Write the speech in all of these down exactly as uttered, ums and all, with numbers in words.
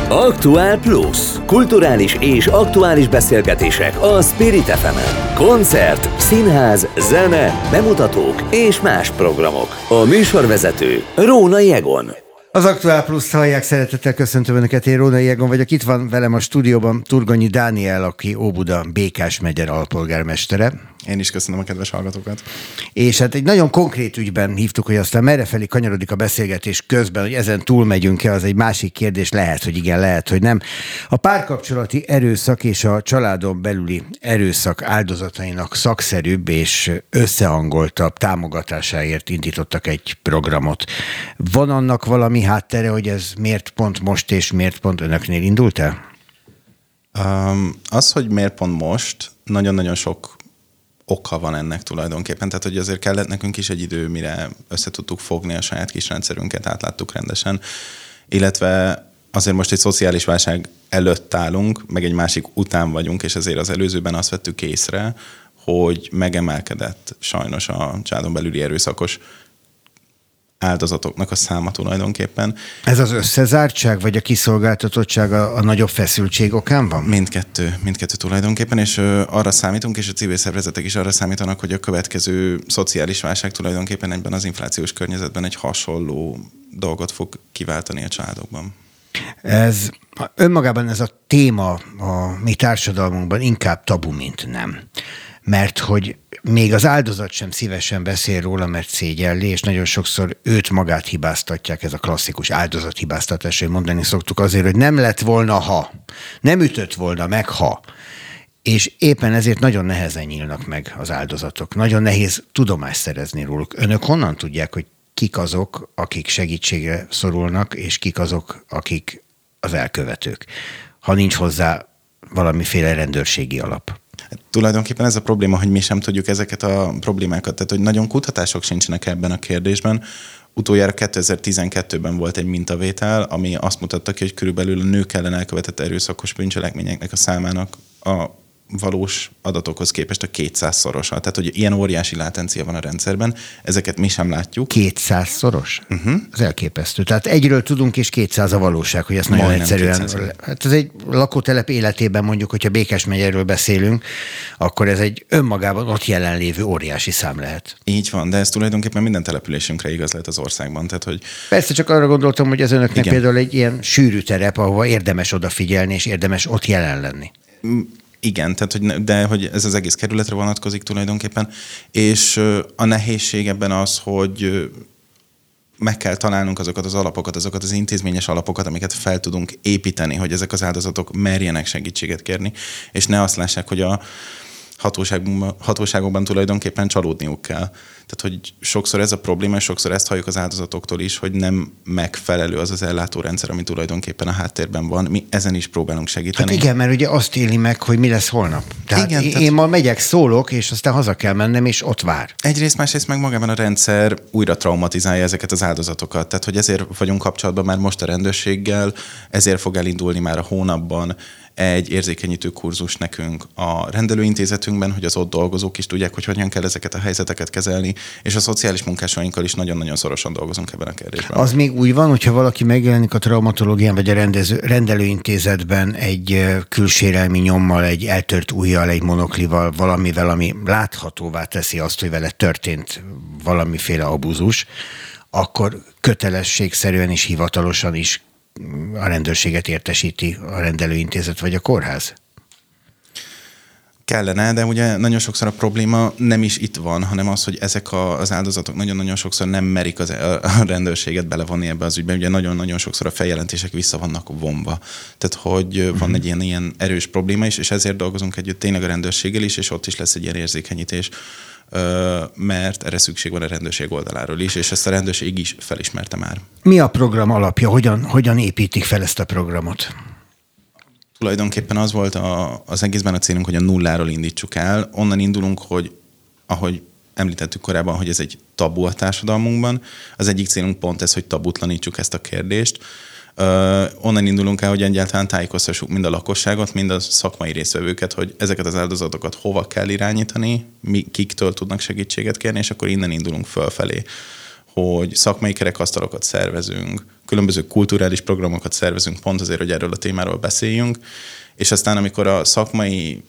Aktuál Plus. Kulturális és aktuális beszélgetések a Spirit ef emen. Koncert, színház, zene, bemutatók és más programok. A műsorvezető Rónai Egon. Az Aktuál Plus-t hallják, szeretettel köszöntöm Önöket, én Rónai Egon vagyok. Itt van velem a stúdióban Turgonyi Dániel, aki Óbuda Békás megye alpolgármestere. Én is köszönöm a kedves hallgatókat. És hát egy nagyon konkrét ügyben hívtuk, hogy aztán merrefelé kanyarodik a beszélgetés közben, hogy ezen túlmegyünk-e, az egy másik kérdés, lehet, hogy igen, lehet, hogy nem. A párkapcsolati erőszak és a családon belüli erőszak áldozatainak szakszerűbb és összehangoltabb támogatásáért indítottak egy programot. Van annak valami háttere, hogy ez miért pont most és miért pont Önöknél indult el? Um, az, hogy miért pont most, nagyon-nagyon sok oka van ennek tulajdonképpen, tehát hogy azért kellett nekünk is egy idő, mire össze tudtuk fogni a saját kis rendszerünket, átláttuk rendesen, illetve azért most egy szociális válság előtt állunk, meg egy másik után vagyunk, és ezért az előzőben azt vettük észre, hogy megemelkedett sajnos a családon belüli erőszakos áldozatoknak a száma tulajdonképpen. Ez az összezártság, vagy a kiszolgáltatottság a, a nagyobb feszültség okán van? Mindkettő, mindkettő tulajdonképpen, és ö, arra számítunk, és a civil szervezetek is arra számítanak, hogy a következő szociális válság tulajdonképpen ebben az inflációs környezetben egy hasonló dolgot fog kiváltani a családokban. Ez önmagában ez a téma a mi társadalmunkban inkább tabu, mint nem. Mert hogy még az áldozat sem szívesen beszél róla, mert szégyelli, és nagyon sokszor őt magát hibáztatják, ez a klasszikus áldozathibáztatás, hogy mondani szoktuk azért, hogy nem lett volna, ha. Nem ütött volna meg, ha. És éppen ezért nagyon nehezen nyílnak meg az áldozatok. Nagyon nehéz tudomást szerezni róluk. Önök honnan tudják, hogy kik azok, akik segítségre szorulnak, és kik azok, akik az elkövetők, ha nincs hozzá valamiféle rendőrségi alap? Tulajdonképpen ez a probléma, hogy mi sem tudjuk ezeket a problémákat, tehát hogy nagyon kutatások sincsenek ebben a kérdésben. Utoljára kétezer-tizenkettőben volt egy mintavétel, ami azt mutatta ki, hogy körülbelül a nők ellen elkövetett erőszakos bűncselekményeknek a számának a valós adatokhoz képest a kétszázszorosa. Tehát, hogy ilyen óriási látencia van a rendszerben, ezeket mi sem látjuk. kétszázszoros? Uh-huh. Ez elképesztő. Tehát egyről tudunk, és kétszáz a valóság, hogy ezt nagyon Majdnem egyszerűen... kétszáz. Hát ez egy lakótelep életében mondjuk, hogyha Békás megyéről beszélünk, akkor ez egy önmagában ott jelenlévő óriási szám lehet. Így van, de ez tulajdonképpen minden településünkre igaz lehet az országban. Tehát, hogy... Persze, csak arra gondoltam, hogy ez Önöknek Igen. például egy ilyen sűrű terep, ahova érdemes odafigyelni, és érdemes ott jelen lenni. Igen, tehát, hogy, de hogy ez az egész kerületre vonatkozik tulajdonképpen, és a nehézség ebben az, hogy meg kell találnunk azokat az alapokat, azokat az intézményes alapokat, amiket fel tudunk építeni, hogy ezek az áldozatok merjenek segítséget kérni, és ne azt lássák, hogy a hatóságokban, hatóságokban tulajdonképpen csalódniuk kell. Tehát, hogy sokszor ez a probléma, és sokszor ezt halljuk az áldozatoktól is, hogy nem megfelelő az az ellátórendszer, ami tulajdonképpen a háttérben van. Mi ezen is próbálunk segíteni. Hát igen, mert ugye azt éli meg, hogy mi lesz holnap. Tehát igen, én tehát... ma megyek, szólok, és aztán haza kell mennem, és ott vár. Egyrészt, másrészt meg magában a rendszer újra traumatizálja ezeket az áldozatokat. Tehát, hogy ezért vagyunk kapcsolatban már most a rendőrséggel, ezért fog elindulni már a hónapban egy érzékenyítő kurzus nekünk a rendelőintézetünkben, hogy az ott dolgozók is tudják, hogy hogyan kell ezeket a helyzeteket kezelni, és a szociális munkásainkkal is nagyon-nagyon szorosan dolgozunk ebben a kérdésben. Az még úgy van, hogyha valaki megjelenik a traumatológián vagy a rendező, rendelőintézetben egy külsérelmi nyommal, egy eltört ujjal, egy monoklival, valamivel, ami láthatóvá teszi azt, hogy vele történt valamiféle abuzus, akkor kötelességszerűen és hivatalosan is a rendőrséget értesíti a rendelőintézet vagy a kórház? Kellene, de ugye nagyon sokszor a probléma nem is itt van, hanem az, hogy ezek a, az áldozatok nagyon-nagyon sokszor nem merik az, a rendőrséget belevonni ebbe az ügybe. Ugye nagyon-nagyon sokszor a feljelentések vissza vannak vonva. Tehát, hogy uh-huh. van egy ilyen, ilyen erős probléma is, és ezért dolgozunk együtt tényleg a rendőrséggel is, és ott is lesz egy ilyen érzékenyítés, mert erre szükség van a rendőrség oldaláról is, és ezt a rendőrség is felismerte már. Mi a program alapja? Hogyan, hogyan építik fel ezt a programot? Tulajdonképpen az volt a, az egészben a célunk, hogy a nulláról indítsuk el. Onnan indulunk, hogy ahogy említettük korábban, hogy ez egy tabu a társadalmunkban. Az egyik célunk pont ez, hogy tabutlanítsuk ezt a kérdést. Uh, onnan indulunk el, hogy egyáltalán tájékoztassuk mind a lakosságot, mind a szakmai résztvevőket, hogy ezeket az áldozatokat hova kell irányítani, mi, kiktől tudnak segítséget kérni, és akkor innen indulunk fölfelé, hogy szakmai kerekasztalokat szervezünk, különböző kulturális programokat szervezünk pont azért, hogy erről a témáról beszéljünk, és aztán amikor a szakmai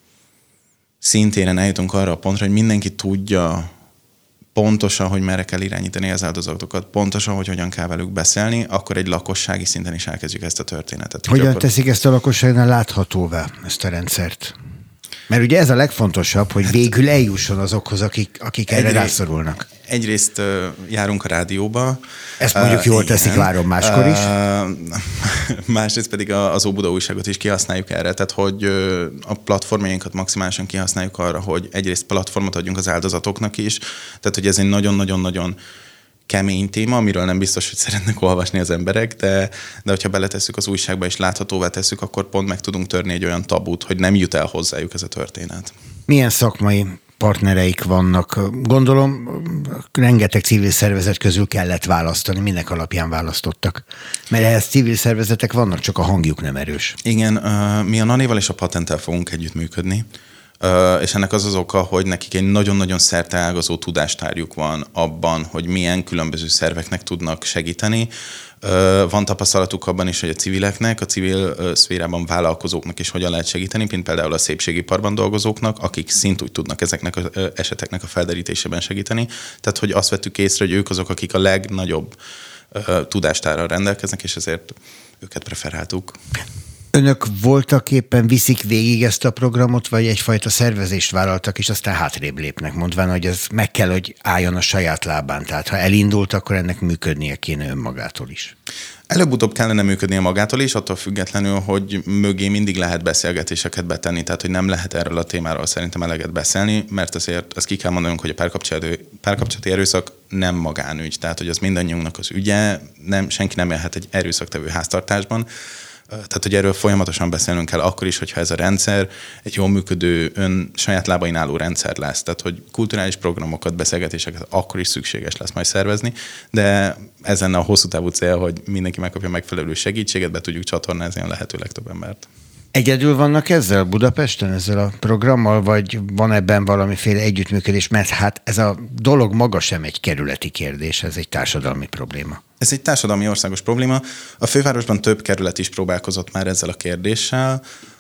szintéren eljutunk arra a pontra, hogy mindenki tudja pontosan, hogy merre kell irányítani az áldozatokat, pontosan, hogy hogyan kell velük beszélni, akkor egy lakossági szinten is elkezdjük ezt a történetet. Hogyan akkor... teszik ezt a lakosságnál láthatóvá, ezt a rendszert? Mert ugye ez a legfontosabb, hogy végül eljusson azokhoz, akik, akik erre Egyrészt, rászorulnak. Egyrészt uh, járunk a rádióba. Ezt mondjuk uh, jól teszik, várom máskor is. Uh, másrészt pedig az Óbuda újságot is kihasználjuk erre, tehát hogy uh, a platformjainkat maximálisan kihasználjuk arra, hogy egyrészt platformot adjunk az áldozatoknak is, tehát hogy ez egy nagyon-nagyon-nagyon kemény téma, amiről nem biztos, hogy szeretnek olvasni az emberek, de, de hogyha beletesszük az újságba és láthatóvá tesszük, akkor pont meg tudunk törni egy olyan tabut, hogy nem jut el hozzájuk ez a történet. Milyen szakmai partnereik vannak? Gondolom, rengeteg civil szervezet közül kellett választani, minek alapján választottak. Mert ehhez civil szervezetek vannak, csak a hangjuk nem erős. Igen, mi a Nanéval és a Patenttel fogunk együttműködni. Uh, és ennek az az oka, hogy nekik egy nagyon-nagyon szerteágazó tudástárjuk van abban, hogy milyen különböző szerveknek tudnak segíteni. Uh, van tapasztalatuk abban is, hogy a civileknek, a civil uh, szférában vállalkozóknak is hogyan lehet segíteni, mint például a szépségiparban dolgozóknak, akik szintúgy tudnak ezeknek az uh, eseteknek a felderítésében segíteni. Tehát, hogy azt vettük észre, hogy ők azok, akik a legnagyobb uh, tudástárral rendelkeznek, és ezért őket preferáltuk. Önök voltak éppen viszik végig ezt a programot, vagy egyfajta szervezést vállaltak, és aztán hátrébb lépnek, mondván, hogy ez meg kell, hogy álljon a saját lábán. Tehát ha elindult, akkor ennek működnie kéne önmagától is. Előbb-utóbb kellene működnie magától is, attól függetlenül, hogy mögé mindig lehet beszélgetéseket betenni, tehát hogy nem lehet erről a témáról szerintem eleget beszélni, mert azért azt ki kell mondanunk, hogy a párkapcsolati, párkapcsolati erőszak nem magánügy, tehát hogy az mindannyiunknak az ügye, nem, senki nem élhet egy erőszaktevő háztartásban. Tehát, hogy erről folyamatosan beszélnünk kell akkor is, hogyha ez a rendszer egy jól működő, ön saját lábain álló rendszer lesz. Tehát, hogy kulturális programokat, beszélgetéseket akkor is szükséges lesz majd szervezni, de ez lenne a hosszú távú cél, hogy mindenki megkapja megfelelő segítséget, be tudjuk csatornázni a lehető legtöbb embert. Egyedül vannak ezzel Budapesten, ezzel a programmal, vagy van ebben valamiféle együttműködés? Mert hát ez a dolog maga sem egy kerületi kérdés, ez egy társadalmi probléma. Ez egy társadalmi országos probléma. A fővárosban több kerület is próbálkozott már ezzel a kérdéssel.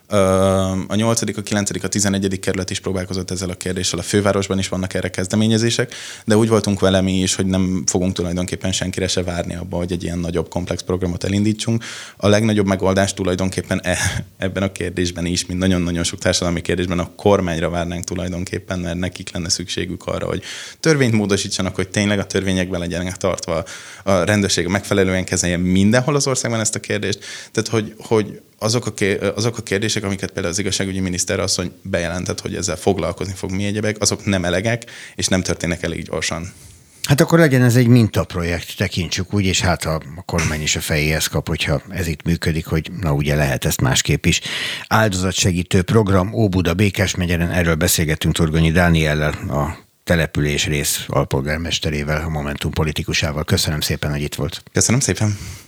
A nyolcadik, a kilencedik, a tizenegyedik kerület is próbálkozott ezzel a kérdéssel, a fővárosban is vannak erre kezdeményezések, de úgy voltunk vele mi is, hogy nem fogunk tulajdonképpen senkire se várni abba, hogy egy ilyen nagyobb komplex programot elindítsunk. A legnagyobb megoldás tulajdonképpen e, ebben a kérdésben is, mint nagyon-nagyon sok társadalmi kérdésben a kormányra várnánk tulajdonképpen, mert nekik lenne szükségük arra, hogy törvényt módosítsanak, hogy tényleg a törvényekben legyenek tartva, a rendőrség megfelelően kezelje mindenhol az országban ezt a kérdést. Tehát, hogy, hogy Azok a, azok a kérdések, amiket például az igazságügyi miniszter asszony bejelentett, hogy ezzel foglalkozni fog mi egyebek, azok nem elegek, és nem történnek elég gyorsan. Hát akkor legyen ez egy mintaprojekt, tekintsük úgy, és hát a kormány is a fejéhez kap, hogyha ez itt működik, hogy na ugye lehet ezt másképp is. Áldozatsegítő program Óbuda Békás megyeren, erről beszélgettünk Turgonyi Dániellel, a település rész alpolgármesterével, a Momentum politikusával. Köszönöm szépen, hogy itt volt. Köszönöm szépen.